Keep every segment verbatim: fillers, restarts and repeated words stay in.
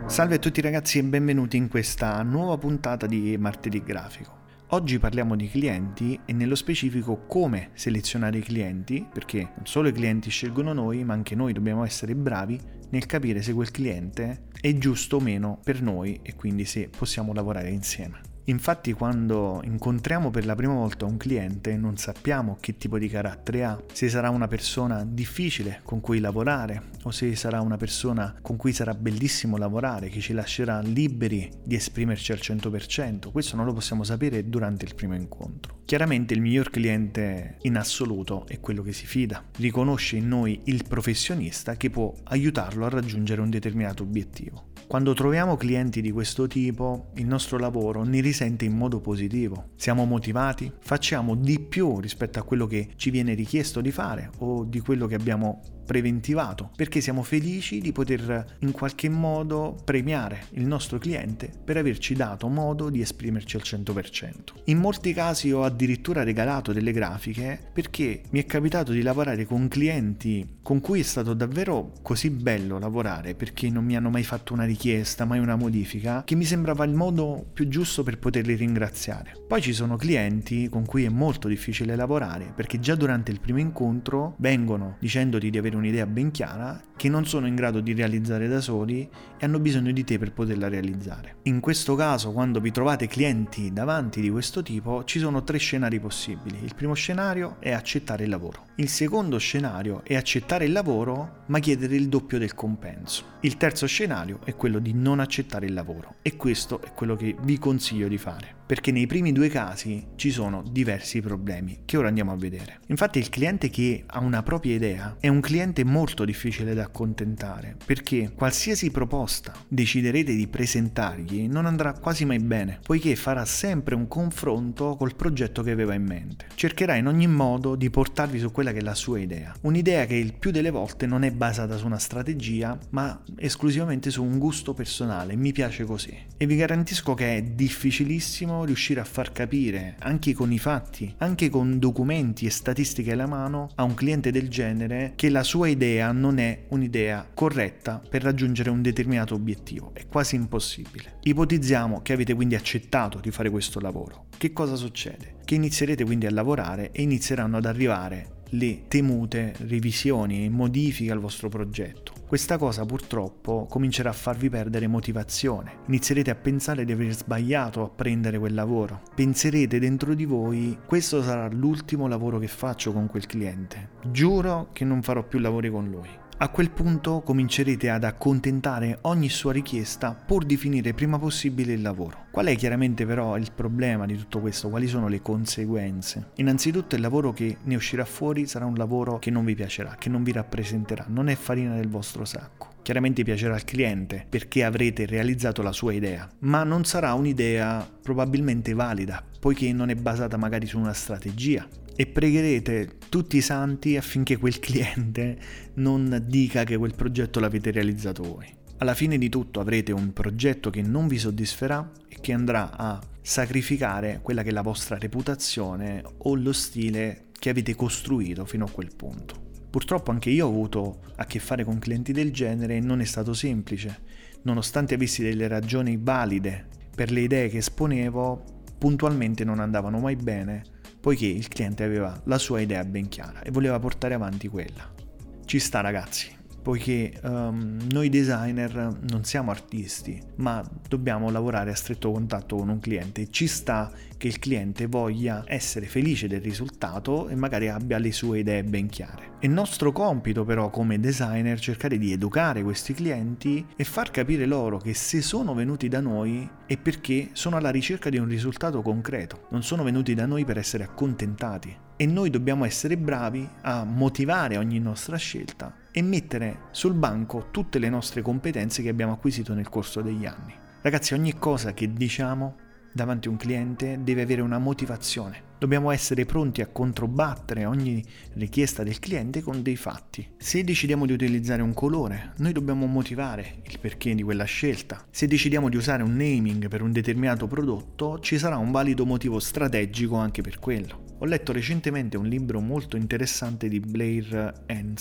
Salve a tutti ragazzi e benvenuti in questa nuova puntata di Martedì Grafico. Oggi parliamo di clienti e nello specifico come selezionare i clienti, perché non solo i clienti scelgono noi, ma anche noi dobbiamo essere bravi nel capire se quel cliente è giusto o meno per noi e quindi se possiamo lavorare insieme. Infatti quando incontriamo per la prima volta un cliente non sappiamo che tipo di carattere ha, se sarà una persona difficile con cui lavorare o se sarà una persona con cui sarà bellissimo lavorare, che ci lascerà liberi di esprimerci al cento per cento. Questo non lo possiamo sapere durante il primo incontro. Chiaramente il miglior cliente in assoluto è quello che si fida, riconosce in noi il professionista che può aiutarlo a raggiungere un determinato obiettivo. Quando troviamo clienti di questo tipo, il nostro lavoro ne risente in modo positivo. Siamo motivati, facciamo di più rispetto a quello che ci viene richiesto di fare o di quello che abbiamo preventivato, perché siamo felici di poter in qualche modo premiare il nostro cliente per averci dato modo di esprimerci al cento per cento. In molti casi ho addirittura regalato delle grafiche perché mi è capitato di lavorare con clienti con cui è stato davvero così bello lavorare, perché non mi hanno mai fatto una richiesta, mai una modifica, che mi sembrava il modo più giusto per poterli ringraziare. Poi ci sono clienti con cui è molto difficile lavorare perché già durante il primo incontro vengono dicendoti di avere un'idea ben chiara che non sono in grado di realizzare da soli e hanno bisogno di te per poterla realizzare. In questo caso, quando vi trovate clienti davanti di questo tipo, ci sono tre scenari possibili. Il primo scenario è accettare il lavoro. Il secondo scenario è accettare il lavoro ma chiedere il doppio del compenso. Il terzo scenario è quello di non accettare il lavoro e questo è quello che vi consiglio di fare, perché nei primi due casi ci sono diversi problemi che ora andiamo a vedere. Infatti il cliente che ha una propria idea è un cliente molto difficile da accontentare, perché qualsiasi proposta deciderete di presentargli non andrà quasi mai bene, poiché farà sempre un confronto col progetto che aveva in mente. Cercherà in ogni modo di portarvi su quella che è la sua idea, un'idea che il più delle volte non è basata su una strategia, ma esclusivamente su un gusto personale, mi piace così. E vi garantisco che è difficilissimo riuscire a far capire, anche con i fatti, anche con documenti e statistiche alla mano, a un cliente del genere che la sua idea non è un'idea corretta per raggiungere un determinato obiettivo. È quasi impossibile. Ipotizziamo che avete quindi accettato di fare questo lavoro. Che cosa succede? Che inizierete quindi a lavorare e inizieranno ad arrivare le temute revisioni e modifiche al vostro progetto. Questa cosa purtroppo comincerà a farvi perdere motivazione. Inizierete a pensare di aver sbagliato a prendere quel lavoro. Penserete dentro di voi: questo sarà l'ultimo lavoro che faccio con quel cliente. Giuro che non farò più lavori con lui. A quel punto comincerete ad accontentare ogni sua richiesta pur di finire prima possibile il lavoro. Qual è chiaramente però il problema di tutto questo? Quali sono le conseguenze? Innanzitutto il lavoro che ne uscirà fuori sarà un lavoro che non vi piacerà, che non vi rappresenterà, non è farina del vostro sacco. Chiaramente piacerà al cliente perché avrete realizzato la sua idea, ma non sarà un'idea probabilmente valida, poiché non è basata magari su una strategia. E pregherete tutti i santi affinché quel cliente non dica che quel progetto l'avete realizzato voi. Alla fine di tutto avrete un progetto che non vi soddisferà e che andrà a sacrificare quella che è la vostra reputazione o lo stile che avete costruito fino a quel punto. Purtroppo anche io ho avuto a che fare con clienti del genere e non è stato semplice. Nonostante avessi delle ragioni valide per le idee che esponevo, puntualmente non andavano mai bene, poiché il cliente aveva la sua idea ben chiara e voleva portare avanti quella. Ci sta ragazzi, poiché um, noi designer non siamo artisti, ma dobbiamo lavorare a stretto contatto con un cliente. Ci sta che il cliente voglia essere felice del risultato e magari abbia le sue idee ben chiare. È nostro compito però come designer cercare di educare questi clienti e far capire loro che se sono venuti da noi è perché sono alla ricerca di un risultato concreto, non sono venuti da noi per essere accontentati. E noi dobbiamo essere bravi a motivare ogni nostra scelta e mettere sul banco tutte le nostre competenze che abbiamo acquisito nel corso degli anni. Ragazzi, ogni cosa che diciamo davanti a un cliente deve avere una motivazione. Dobbiamo essere pronti a controbattere ogni richiesta del cliente con dei fatti. Se decidiamo di utilizzare un colore, noi dobbiamo motivare il perché di quella scelta. Se decidiamo di usare un naming per un determinato prodotto, ci sarà un valido motivo strategico anche per quello. Ho letto recentemente un libro molto interessante di Blair Enns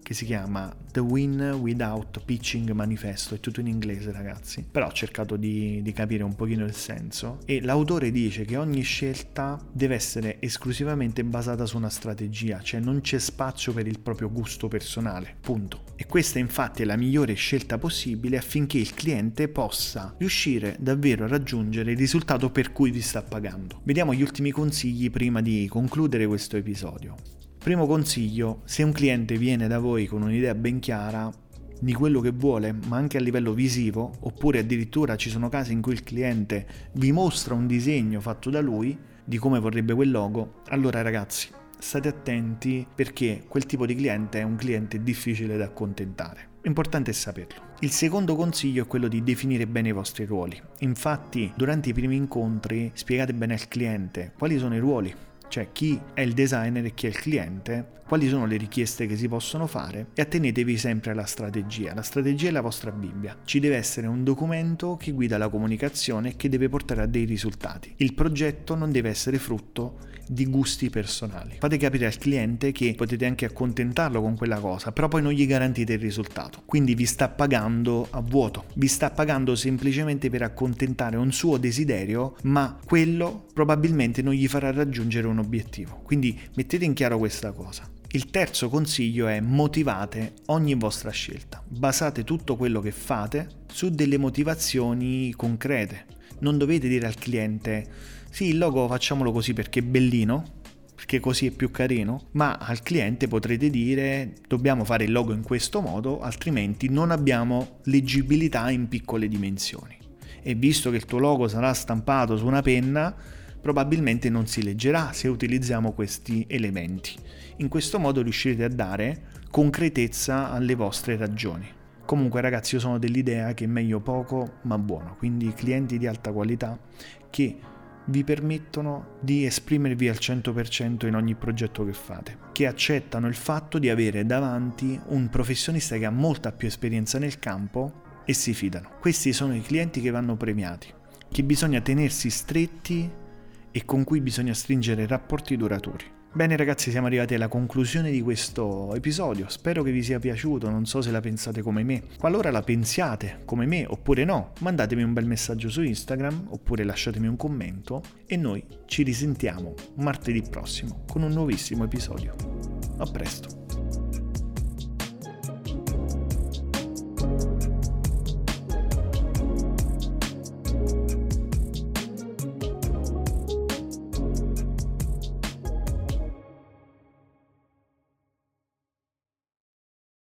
che si chiama The Win Without Pitching Manifesto, è tutto in inglese ragazzi, però ho cercato di, di capire un pochino il senso, e l'autore dice che ogni scelta deve essere esclusivamente basata su una strategia, cioè non c'è spazio per il proprio gusto personale, punto. E questa infatti è la migliore scelta possibile affinché il cliente possa riuscire davvero a raggiungere il risultato per cui vi sta pagando. Vediamo gli ultimi consigli prima di concludere questo episodio. Primo consiglio: se un cliente viene da voi con un'idea ben chiara di quello che vuole, ma anche a livello visivo, oppure addirittura ci sono casi in cui il cliente vi mostra un disegno fatto da lui di come vorrebbe quel logo, allora ragazzi state attenti, perché quel tipo di cliente è un cliente difficile da accontentare. Importante è saperlo. Il secondo consiglio è quello di definire bene i vostri ruoli. Infatti, durante i primi incontri spiegate bene al cliente quali sono i ruoli, cioè chi è il designer e chi è il cliente, quali sono le richieste che si possono fare, e attenetevi sempre alla strategia. La strategia è la vostra Bibbia. Ci deve essere un documento che guida la comunicazione e che deve portare a dei risultati. Il progetto non deve essere frutto di gusti personali. Fate capire al cliente che potete anche accontentarlo con quella cosa, però poi non gli garantite il risultato. Quindi vi sta pagando a vuoto, vi sta pagando semplicemente per accontentare un suo desiderio, ma quello probabilmente non gli farà raggiungere un obiettivo. Quindi mettete in chiaro questa cosa. Il terzo consiglio è: motivate ogni vostra scelta. Basate tutto quello che fate su delle motivazioni concrete. Non dovete dire al cliente: sì, il logo facciamolo così perché è bellino, perché così è più carino, ma al cliente potrete dire: dobbiamo fare il logo in questo modo, altrimenti non abbiamo leggibilità in piccole dimensioni. E visto che il tuo logo sarà stampato su una penna, probabilmente non si leggerà se utilizziamo questi elementi. In questo modo riuscirete a dare concretezza alle vostre ragioni. Comunque ragazzi, io sono dell'idea che è meglio poco ma buono, quindi clienti di alta qualità che vi permettono di esprimervi al cento per cento in ogni progetto che fate, che accettano il fatto di avere davanti un professionista che ha molta più esperienza nel campo e si fidano. Questi sono i clienti che vanno premiati, che bisogna tenersi stretti e con cui bisogna stringere rapporti duraturi. Bene ragazzi, siamo arrivati alla conclusione di questo episodio, spero che vi sia piaciuto, non so se la pensate come me. Qualora la pensiate come me oppure no, mandatemi un bel messaggio su Instagram oppure lasciatemi un commento e noi ci risentiamo martedì prossimo con un nuovissimo episodio. A presto!